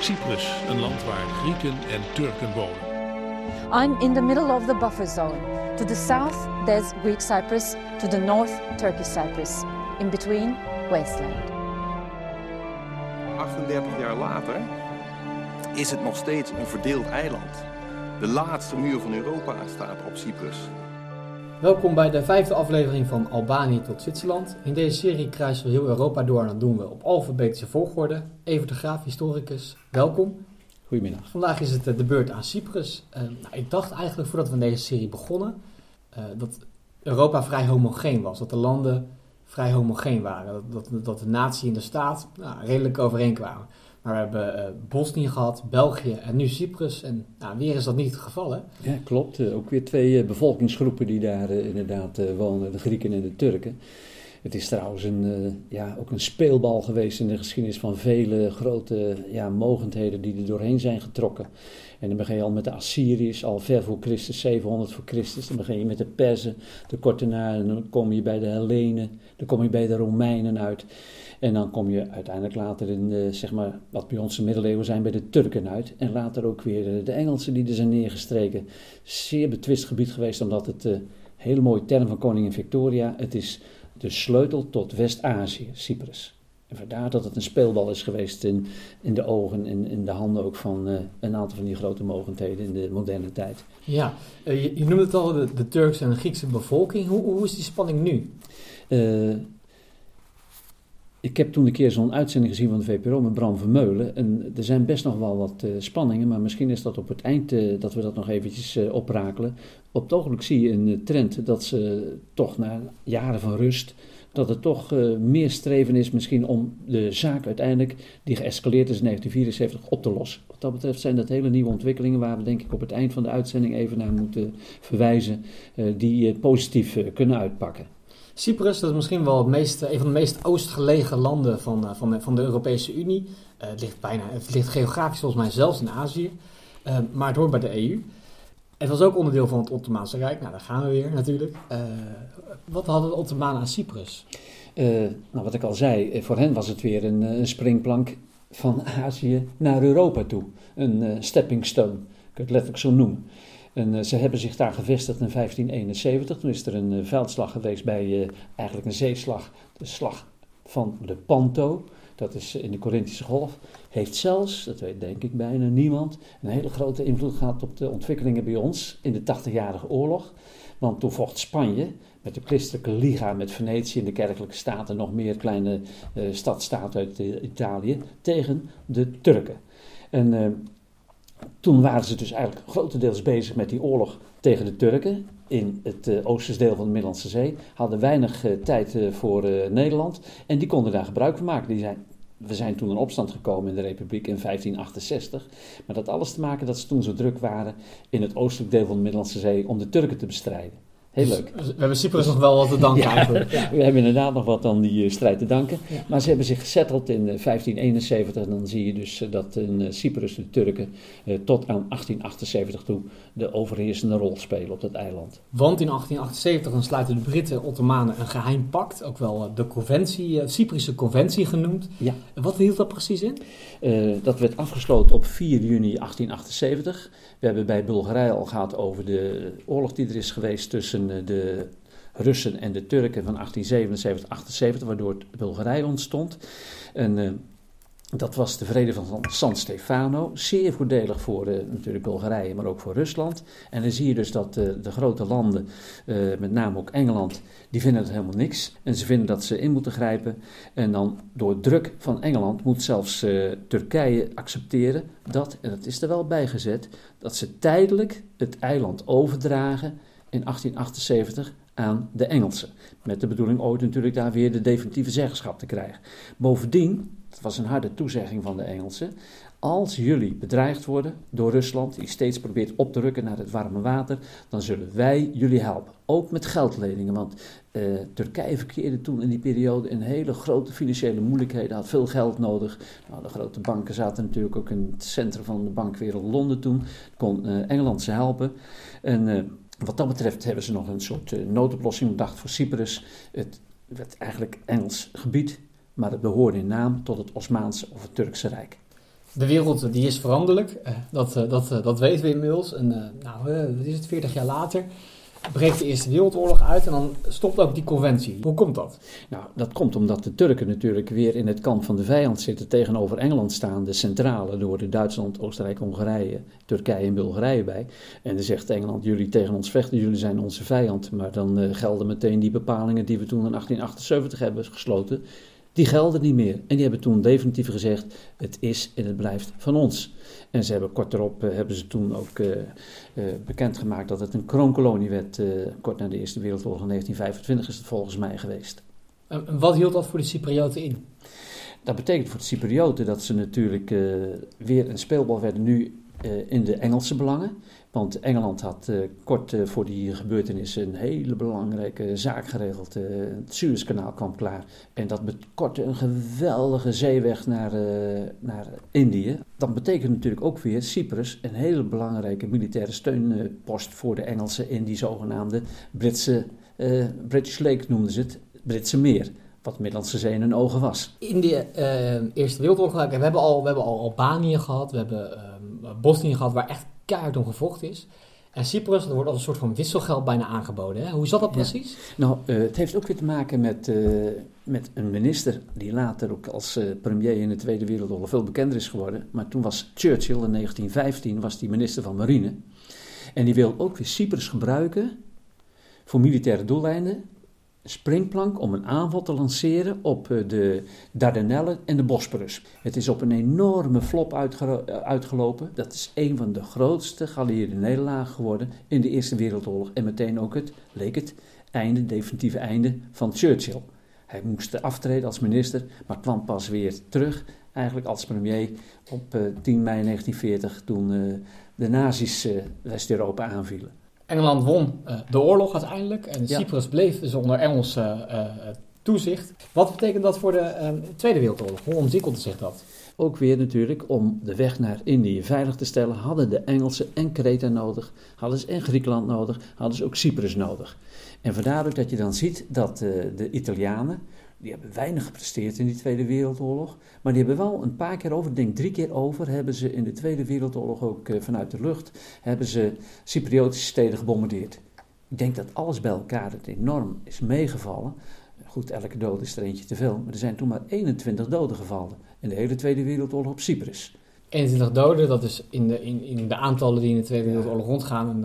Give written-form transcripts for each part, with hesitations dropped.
Cyprus, een land waar Grieken en Turken wonen. I'm in the middle of the buffer zone. To the south, there's Greek Cyprus. To the north, Turkish Cyprus. In between, wasteland. 38 jaar later is het nog steeds een verdeeld eiland. De laatste muur van Europa staat op Cyprus. Welkom bij de 5e aflevering van Albanië tot Zwitserland. In deze serie kruisen we heel Europa door en dat doen we op alfabetische volgorde. Evert de Graaf, historicus, welkom. Goedemiddag. Vandaag is het de beurt aan Cyprus. Ik dacht eigenlijk voordat we in deze serie begonnen dat Europa vrij homogeen was. Dat de landen vrij homogeen waren. Dat de natie en de staat redelijk overeenkwamen. Maar we hebben Bosnië gehad, België en nu Cyprus. En weer is dat niet het geval, hè? Ja, klopt. Ook weer twee bevolkingsgroepen die daar inderdaad wonen. De Grieken en de Turken. Het is trouwens ook een speelbal geweest in de geschiedenis van vele grote mogendheden die er doorheen zijn getrokken. En dan begin je al met de Assyriërs, al ver voor Christus, 700 voor Christus. Dan begin je met de Perzen, de kort daarna, en dan kom je bij de Hellenen, dan kom je bij de Romeinen uit. En dan kom je uiteindelijk later in, wat bij ons de middeleeuwen zijn, bij de Turken uit. En later ook weer de Engelsen die er zijn neergestreken. Zeer betwist gebied geweest, omdat het, hele mooie term van koningin Victoria, het is de sleutel tot West-Azië, Cyprus. En vandaar dat het een speelbal is geweest in de ogen en in de handen ook van een aantal van die grote mogendheden in de moderne tijd. Ja, je noemde het al, de Turkse en de Griekse bevolking. Hoe is die spanning nu? Ik heb toen een keer zo'n uitzending gezien van de VPRO met Bram Vermeulen. En er zijn best nog wel wat spanningen, maar misschien is dat op het eind dat we dat nog eventjes oprakelen. Op het ogenblik zie je een trend dat ze toch na jaren van rust, dat het toch meer streven is misschien om de zaak uiteindelijk, die geëscaleerd is in 1974, op te lossen. Wat dat betreft zijn dat hele nieuwe ontwikkelingen waar we denk ik op het eind van de uitzending even naar moeten verwijzen, die positief kunnen uitpakken. Cyprus, dat is misschien wel een van de meest oostgelegen landen van de Europese Unie. Het ligt geografisch volgens mij zelfs in Azië, maar het hoort bij de EU. Het was ook onderdeel van het Ottomaanse Rijk. Daar gaan we weer natuurlijk. Wat hadden de Ottomanen aan Cyprus? Wat ik al zei, voor hen was het weer een springplank van Azië naar Europa toe. Een stepping stone, kun je het letterlijk zo noemen. En ze hebben zich daar gevestigd in 1571. Toen is er een veldslag geweest bij eigenlijk een zeeslag. De slag van de Panto. Dat is in de Corinthische Golf. Heeft zelfs, dat weet denk ik bijna niemand, een hele grote invloed gehad op de ontwikkelingen bij ons in de 80-jarige oorlog. Want toen vocht Spanje met de christelijke liga met Venetië en de kerkelijke staten, nog meer kleine stadstaten uit Italië, tegen de Turken. En toen waren ze dus eigenlijk grotendeels bezig met die oorlog tegen de Turken in het oosters deel van de Middellandse Zee. Hadden weinig tijd voor Nederland en die konden daar gebruik van maken. We zijn toen in opstand gekomen in de Republiek in 1568. Maar dat alles te maken dat ze toen zo druk waren in het oostelijk deel van de Middellandse Zee om de Turken te bestrijden. Heel leuk. We hebben Cyprus nog wel wat te danken eigenlijk. Ja, we hebben inderdaad nog wat aan die strijd te danken. Ja. Maar ze hebben zich gesetteld in 1571. En dan zie je dus dat in Cyprus de Turken tot aan 1878 toe de overheersende rol spelen op dat eiland. Want in 1878 dan sluiten de Britten Ottomanen een geheim pact. Ook wel de conventie, Cyprische conventie genoemd. Ja. Wat hield dat precies in? Dat werd afgesloten op 4 juni 1878. We hebben bij Bulgarije al gehad over de oorlog die er is geweest tussen de Russen en de Turken van 1877-78, waardoor Bulgarije ontstond. En dat was de vrede van San Stefano, zeer voordelig voor natuurlijk Bulgarije, maar ook voor Rusland. En dan zie je dus dat de grote landen, met name ook Engeland, die vinden het helemaal niks. En ze vinden dat ze in moeten grijpen. En dan door druk van Engeland moet zelfs Turkije accepteren dat, en dat is er wel bijgezet, dat ze tijdelijk het eiland overdragen in 1878 aan de Engelsen. Met de bedoeling ooit natuurlijk daar weer de definitieve zeggenschap te krijgen. Bovendien, het was een harde toezegging van de Engelsen, als jullie bedreigd worden door Rusland, die steeds probeert op te rukken naar het warme water, dan zullen wij jullie helpen. Ook met geldleningen, want Turkije verkeerde toen in die periode in hele grote financiële moeilijkheden, had veel geld nodig. Nou, de grote banken zaten natuurlijk ook in het centrum van de bankwereld Londen toen, kon Engeland ze helpen. En wat dat betreft hebben ze nog een soort noodoplossing bedacht voor Cyprus. Het werd eigenlijk Engels gebied, maar het behoorde in naam tot het Osmaanse of het Turkse Rijk. De wereld die is veranderlijk, dat weten we inmiddels. En wat is het, 40 jaar later breekt de Eerste Wereldoorlog uit en dan stopt ook die conventie. Hoe komt dat? Nou, dat komt omdat de Turken natuurlijk weer in het kamp van de vijand zitten, tegenover Engeland staan, de centrale, door de Duitsland, Oostenrijk, Hongarije, Turkije en Bulgarije bij. En dan zegt Engeland, jullie tegen ons vechten, jullie zijn onze vijand. Maar dan gelden meteen die bepalingen die we toen in 1878 hebben gesloten. Die gelden niet meer. En die hebben toen definitief gezegd, het is en het blijft van ons. En ze hebben kort daarop hebben ze toen ook bekendgemaakt dat het een kroonkolonie werd. Kort na de Eerste Wereldoorlog in 1925 is het volgens mij geweest. En wat hield dat voor de Cyprioten in? Dat betekent voor de Cyprioten dat ze natuurlijk weer een speelbal werden nu in de Engelse belangen. Want Engeland had kort voor die gebeurtenis een hele belangrijke zaak geregeld. Het Suezkanaal kwam klaar. En dat bekortte een geweldige zeeweg naar Indië. Dat betekent natuurlijk ook weer Cyprus een hele belangrijke militaire steunpost voor de Engelsen in die zogenaamde British Lake noemden ze het, Britse meer. Wat Middellandse Zee in hun ogen was. In de Eerste Wereldoorlog, we hebben al Albanië gehad, we hebben Bosnië gehad, waar echt keihard om gevochten is. En Cyprus, dat wordt als een soort van wisselgeld bijna aangeboden. Hè? Hoe zat dat precies? Ja. Nou, het heeft ook weer te maken met een minister die later ook als premier in de Tweede Wereldoorlog veel bekender is geworden. Maar toen was Churchill in 1915, was die minister van Marine. En die wil ook weer Cyprus gebruiken voor militaire doeleinden. Springplank om een aanval te lanceren op de Dardanellen en de Bosporus. Het is op een enorme flop uitgelopen. Dat is een van de grootste geallieerde nederlagen geworden in de Eerste Wereldoorlog. En meteen ook het definitieve einde van Churchill. Hij moest aftreden als minister, maar kwam pas weer terug, eigenlijk als premier, op 10 mei 1940, toen de nazi's West-Europa aanvielen. Engeland won de oorlog uiteindelijk en Cyprus bleef dus onder Engels toezicht. Wat betekent dat voor de Tweede Wereldoorlog? Hoe ontwikkelde zich dat? Ook weer natuurlijk om de weg naar Indië veilig te stellen, hadden de Engelsen en Kreta nodig, hadden ze en Griekenland nodig, hadden ze ook Cyprus nodig. En vandaar ook dat je dan ziet dat de Italianen, die hebben weinig gepresteerd in die Tweede Wereldoorlog, maar die hebben wel een paar keer over, ik denk 3 keer over, hebben ze in de Tweede Wereldoorlog ook vanuit de lucht, hebben ze Cypriotische steden gebombardeerd. Ik denk dat alles bij elkaar het enorm is meegevallen. Goed, elke dood is er eentje te veel, maar er zijn toen maar 21 doden gevallen in de hele Tweede Wereldoorlog op Cyprus. 21 doden, dat is in de aantallen die in de Tweede Wereldoorlog rondgaan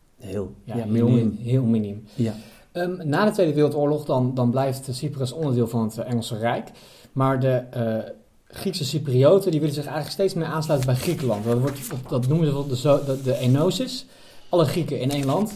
heel miniem. Ja. Na de Tweede Wereldoorlog dan blijft Cyprus onderdeel van het Engelse Rijk. Maar de Griekse Cyprioten die willen zich eigenlijk steeds meer aansluiten bij Griekenland. Dat noemen ze de Enosis. Alle Grieken in één land.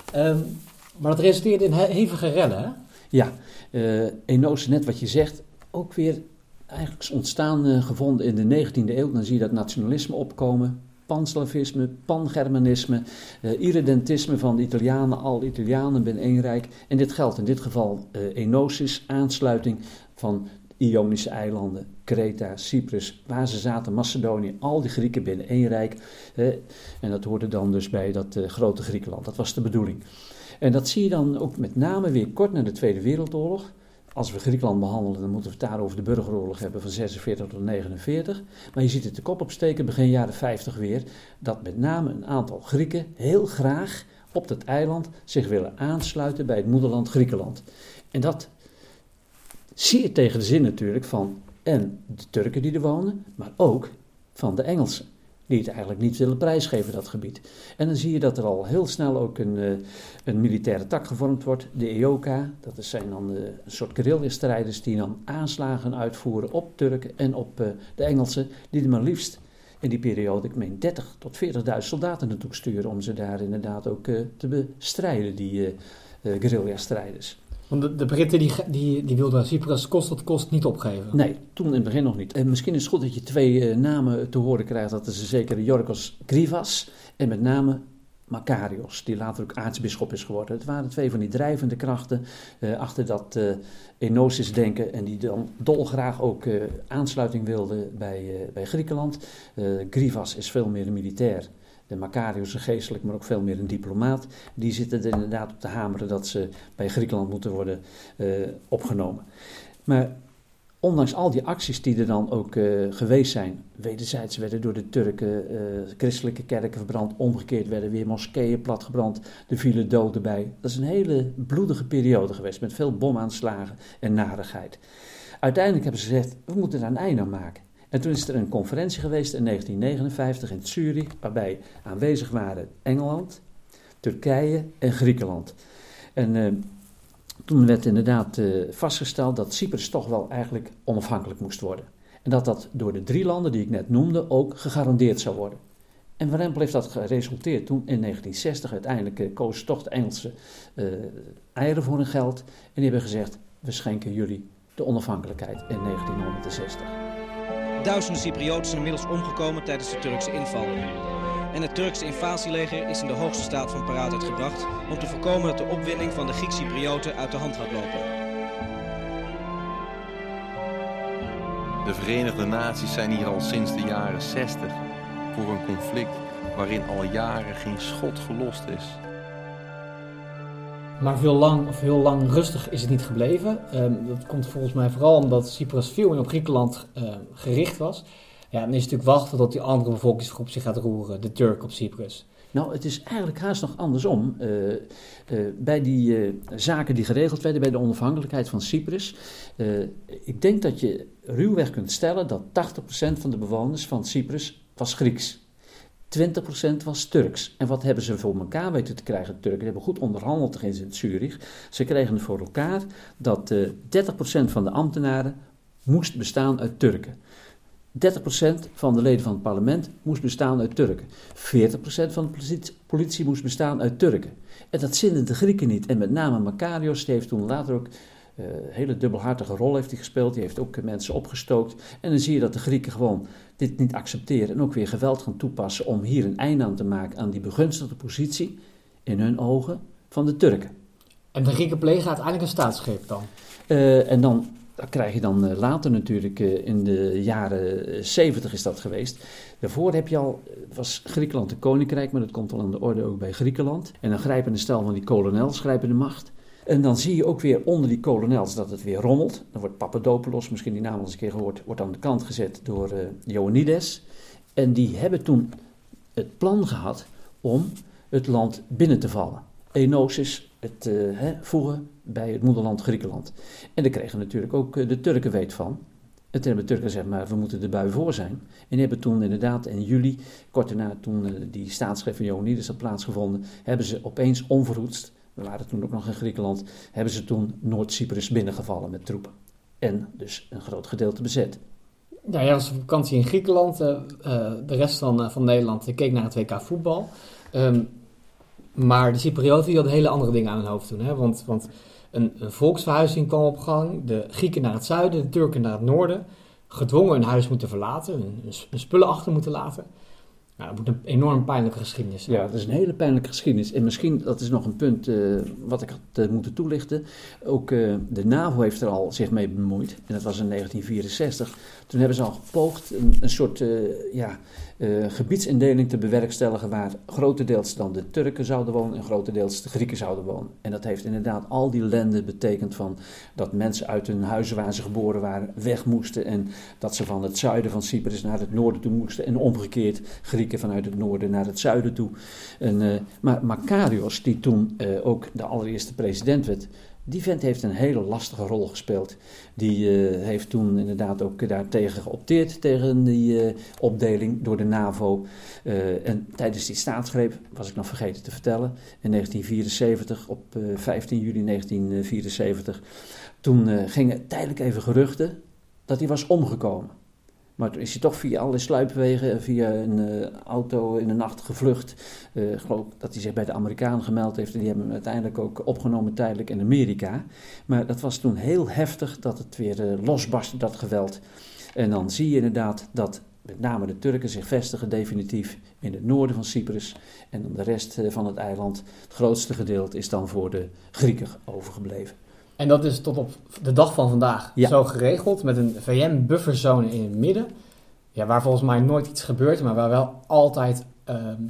Maar dat resulteerde in hevige rellen, hè? Ja, Enosis, net wat je zegt, ook weer eigenlijk ontstaan gevonden in de 19e eeuw. Dan zie je dat nationalisme opkomen. Panslavisme, pangermanisme, irredentisme van de Italianen, al Italianen binnen één rijk. En dit geldt in dit geval Enosis, aansluiting van Ionische eilanden, Kreta, Cyprus, waar ze zaten, Macedonië, al die Grieken binnen één rijk. En dat hoorde dan dus bij dat grote Griekenland, dat was de bedoeling. En dat zie je dan ook met name weer kort na de Tweede Wereldoorlog. Als we Griekenland behandelen, dan moeten we het daar over de burgeroorlog hebben van 46 tot 49. Maar je ziet het de kop opsteken begin jaren 50 weer, dat met name een aantal Grieken heel graag op dat eiland zich willen aansluiten bij het moederland Griekenland. En dat zie je tegen de zin natuurlijk van en de Turken die er wonen, maar ook van de Engelsen, die het eigenlijk niet willen prijsgeven, dat gebied. En dan zie je dat er al heel snel ook een militaire tak gevormd wordt, de EOKA. Dat zijn dan een soort guerrilla-strijders die dan aanslagen uitvoeren op Turken en op de Engelsen, die er maar liefst in die periode, ik meen 30.000 tot 40.000 soldaten naartoe sturen om ze daar inderdaad ook te bestrijden, die guerrilla-strijders. Want de Britten die wilden Cyprus kost wat kost niet opgeven. Nee, toen in het begin nog niet. En misschien is het goed dat je 2 namen te horen krijgt. Dat is zeker Yorgos Grivas en met name Makarios, die later ook aartsbisschop is geworden. Het waren 2 van die drijvende krachten achter dat Enosis-denken en die dan dolgraag ook aansluiting wilden bij Griekenland. Grivas is veel meer een militair. De Makarios een geestelijk, maar ook veel meer een diplomaat. Die zitten er inderdaad op te hameren dat ze bij Griekenland moeten worden opgenomen. Maar ondanks al die acties die er dan ook geweest zijn, wederzijds werden door de Turken christelijke kerken verbrand, omgekeerd werden weer moskeeën platgebrand, er vielen doden bij. Dat is een hele bloedige periode geweest met veel bomaanslagen en narigheid. Uiteindelijk hebben ze gezegd, we moeten er een einde aan maken. En toen is er een conferentie geweest in 1959 in Zurich, waarbij aanwezig waren Engeland, Turkije en Griekenland. En toen werd inderdaad vastgesteld dat Cyprus toch wel eigenlijk onafhankelijk moest worden. En dat dat door de 3 landen die ik net noemde ook gegarandeerd zou worden. En Van Rempel heeft dat geresulteerd toen in 1960 uiteindelijk kozen toch de Engelsen eieren voor hun geld. En die hebben gezegd, we schenken jullie de onafhankelijkheid in 1960. Duizenden Cyprioten zijn inmiddels omgekomen tijdens de Turkse inval. En het Turkse invasieleger is in de hoogste staat van paraatheid gebracht om te voorkomen dat de opwinding van de Griek-Cyprioten uit de hand gaat lopen. De Verenigde Naties zijn hier al sinds de jaren 60 voor een conflict waarin al jaren geen schot gelost is. Maar heel lang rustig is het niet gebleven. Dat komt volgens mij vooral omdat Cyprus veel meer op Griekenland gericht was. Ja, dan is het natuurlijk wachten tot die andere bevolkingsgroep zich gaat roeren, de Turken op Cyprus. Nou, het is eigenlijk haast nog andersom. Bij die zaken die geregeld werden, bij de onafhankelijkheid van Cyprus. Ik denk dat je ruwweg kunt stellen dat 80% van de bewoners van Cyprus was Grieks. 20% was Turks. En wat hebben ze voor elkaar weten te krijgen, de Turken? Ze hebben goed onderhandeld in Zurich. Ze kregen het voor elkaar dat 30% van de ambtenaren moest bestaan uit Turken. 30% van de leden van het parlement moest bestaan uit Turken. 40% van de politie moest bestaan uit Turken. En dat zinden de Grieken niet. En met name Makarios, die heeft toen later ook een hele dubbelhartige rol heeft hij gespeeld. Die heeft ook mensen opgestookt. En dan zie je dat de Grieken gewoon dit niet accepteren en ook weer geweld gaan toepassen om hier een einde aan te maken aan die begunstigde positie, in hun ogen, van de Turken. En de Grieken plegen uiteindelijk een staatsgreep dan? En dan krijg je dan later natuurlijk, in de jaren 70 is dat geweest. Daarvoor heb je al, was Griekenland een koninkrijk, maar dat komt al aan de orde ook bij Griekenland. En dan grijpen een stel van die kolonels, grijpen de macht. En dan zie je ook weer onder die kolonels dat het weer rommelt. Dan wordt Papadopoulos, misschien die naam al eens een keer gehoord, wordt aan de kant gezet door Ioannidis. En die hebben toen het plan gehad om het land binnen te vallen. Enosis, het voegen bij het moederland Griekenland. En daar kregen natuurlijk ook de Turken weet van. En toen hebben de Turken gezegd, maar we moeten erbij voor zijn. En die hebben toen inderdaad in juli, kort daarna toen die staatsgreep van Ioannidis had plaatsgevonden, hebben ze opeens onverhoedst, we waren toen ook nog in Griekenland, hebben ze toen Noord-Cyprus binnengevallen met troepen. En dus een groot gedeelte bezet. Ja, jij was op vakantie in Griekenland. De rest van Nederland keek naar het WK voetbal. Maar de Cyprioten hadden hele andere dingen aan hun hoofd toen. Hè? Want een volksverhuizing kwam op gang. De Grieken naar het zuiden, de Turken naar het noorden. Gedwongen hun huis moeten verlaten, hun spullen achter moeten laten. Nou, dat moet een enorm pijnlijke geschiedenis zijn. Ja, dat is een hele pijnlijke geschiedenis. En misschien, dat is nog een punt wat ik had moeten toelichten. Ook de NAVO heeft er al zich mee bemoeid. En dat was in 1964. Toen hebben ze al gepoogd een soort gebiedsindeling te bewerkstelligen, waar grotendeels dan de Turken zouden wonen en grotendeels de Grieken zouden wonen. En dat heeft inderdaad al die ellende betekend van dat mensen uit hun huizen waar ze geboren waren weg moesten en dat ze van het zuiden van Cyprus naar het noorden toe moesten en omgekeerd Grieken vanuit het noorden naar het zuiden toe. Maar Makarios, die toen ook de allereerste president werd, die vent heeft een hele lastige rol gespeeld. Die heeft toen inderdaad ook daartegen geopteerd, tegen die opdeling door de NAVO. En tijdens die staatsgreep, was ik nog vergeten te vertellen, in 1974, op 15 juli 1974, toen gingen tijdelijk even geruchten dat hij was omgekomen. Maar toen is hij toch via alle sluipwegen, via een auto in de nacht gevlucht. Ik geloof dat hij zich bij de Amerikanen gemeld heeft en die hebben hem uiteindelijk ook opgenomen tijdelijk in Amerika. Maar dat was toen heel heftig dat het weer losbarstte, dat geweld. En dan zie je inderdaad dat met name de Turken zich vestigen definitief in het noorden van Cyprus. En dan de rest van het eiland, het grootste gedeelte, is dan voor de Grieken overgebleven. En dat is tot op de dag van vandaag zo geregeld, met een VN-bufferzone in het midden. Ja, waar volgens mij nooit iets gebeurt, maar waar wel altijd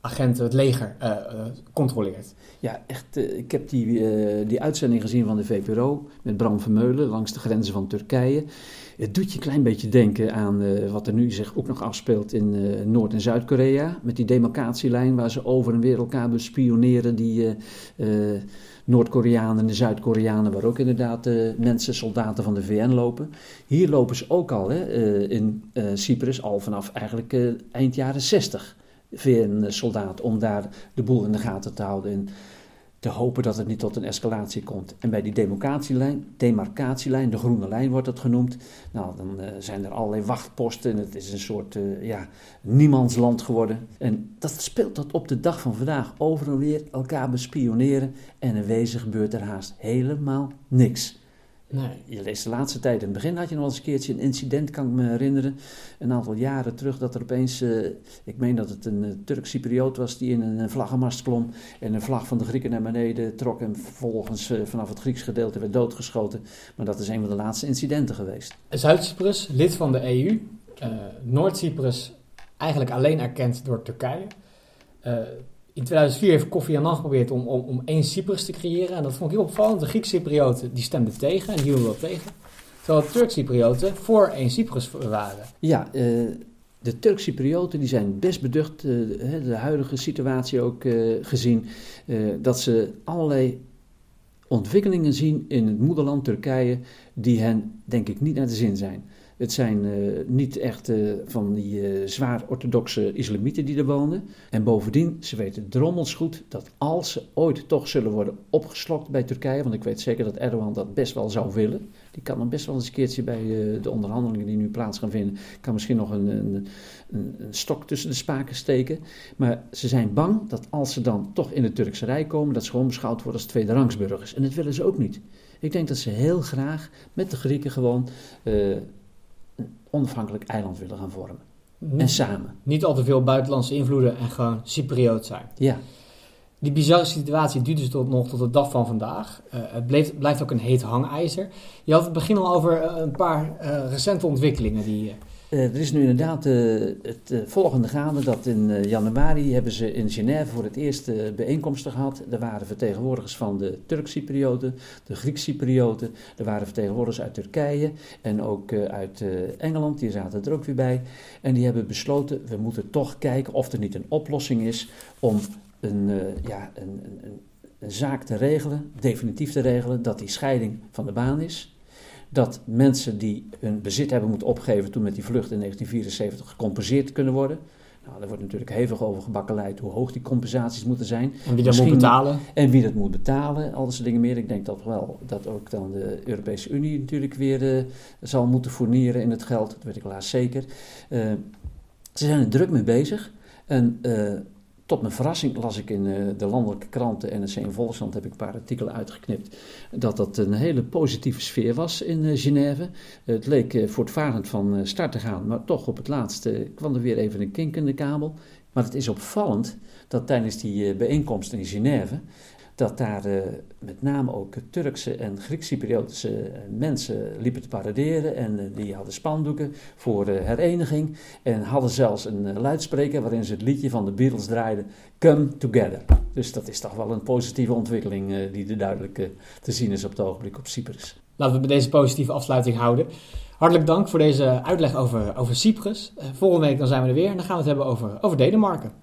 agenten, het leger, controleert. Ja, echt. Ik heb die uitzending gezien van de VPRO met Bram Vermeulen langs de grenzen van Turkije. Het doet je een klein beetje denken aan wat er nu zich ook nog afspeelt in Noord- en Zuid-Korea. Met die demarcatielijn waar ze over en weer elkaar bespioneren. Die Noord-Koreanen en de Zuid-Koreanen, waar ook inderdaad mensen, soldaten van de VN lopen. Hier lopen ze ook al in Cyprus, al vanaf eigenlijk eind jaren 60. VN-soldaat om daar de boel in de gaten te houden en te hopen dat het niet tot een escalatie komt. En bij die demarcatielijn, de groene lijn wordt dat genoemd, nou dan zijn er allerlei wachtposten en het is een soort niemandsland geworden. En dat speelt tot op de dag van vandaag over en weer elkaar bespioneren en in wezen gebeurt er haast helemaal niks. Nee. Je leest de laatste tijd, in het begin had je nog eens een keertje een incident, kan ik me herinneren, een aantal jaren terug, dat er opeens, ik meen dat het een Turk-Cypriot was die in een vlaggenmast klom en een vlag van de Grieken naar beneden trok en vervolgens vanaf het Grieks gedeelte werd doodgeschoten. Maar dat is een van de laatste incidenten geweest. Zuid-Cyprus, lid van de EU, Noord-Cyprus eigenlijk alleen erkend door Turkije. In 2004 heeft Kofi Annan geprobeerd om één Cyprus te creëren. En dat vond ik heel opvallend. De Griek-Cyprioten die stemden tegen en die hielden dat tegen. Terwijl de Turk-Cyprioten voor één Cyprus waren. Ja, de Turk-Cyprioten die zijn best beducht, de huidige situatie ook gezien, dat ze allerlei ontwikkelingen zien in het moederland Turkije die hen denk ik niet naar de zin zijn. Het zijn niet echt van die zwaar orthodoxe islamieten die er wonen. En bovendien, ze weten drommels goed dat als ze ooit toch zullen worden opgeslokt bij Turkije, want ik weet zeker dat Erdogan dat best wel zou willen. Die kan dan best wel eens een keertje bij de onderhandelingen die nu plaats gaan vinden, kan misschien nog een stok tussen de spaken steken. Maar ze zijn bang dat als ze dan toch in het Turkse Rijk komen, dat ze gewoon beschouwd worden als tweederangsburgers. En dat willen ze ook niet. Ik denk dat ze heel graag met de Grieken gewoon een onafhankelijk eiland willen gaan vormen. En samen. Niet al te veel buitenlandse invloeden en gewoon Cypriot zijn. Ja. Die bizarre situatie duurt dus tot de dag van vandaag. Het blijft ook een heet hangijzer. Je had het begin al over een paar recente ontwikkelingen die... Er is nu inderdaad het volgende gaande, dat in januari hebben ze in Genève voor het eerst bijeenkomsten gehad. Er waren vertegenwoordigers van de Turk-Cyprioten, de Griek-Cyprioten, er waren vertegenwoordigers uit Turkije en ook uit Engeland, die zaten er ook weer bij. En die hebben besloten, we moeten toch kijken of er niet een oplossing is om een zaak te regelen, definitief te regelen, dat die scheiding van de baan is. Dat mensen die hun bezit hebben moeten opgeven toen met die vlucht in 1974 gecompenseerd kunnen worden. Nou, daar wordt natuurlijk hevig over gebakkeleid hoe hoog die compensaties moeten zijn. En wie dat moet betalen. En wie dat moet betalen, al dat soort dingen meer. Ik denk dat wel dat ook dan de Europese Unie natuurlijk weer zal moeten fourneren in het geld. Dat weet ik helaas zeker. Ze zijn er druk mee bezig. En tot mijn verrassing las ik in de landelijke kranten, NRC en Volkskrant, heb ik een paar artikelen uitgeknipt, dat een hele positieve sfeer was in Genève. Het leek voortvarend van start te gaan, maar toch op het laatst kwam er weer even een kink in de kabel. Maar het is opvallend dat tijdens die bijeenkomst in Genève, dat daar met name ook Turkse en Griek-Cypriotische mensen liepen te paraderen en die hadden spandoeken voor hereniging en hadden zelfs een luidspreker waarin ze het liedje van de Beatles draaiden, Come Together. Dus dat is toch wel een positieve ontwikkeling die er duidelijk te zien is op het ogenblik op Cyprus. Laten we bij deze positieve afsluiting houden. Hartelijk dank voor deze uitleg over Cyprus. Volgende week dan zijn we er weer en dan gaan we het hebben over Denemarken.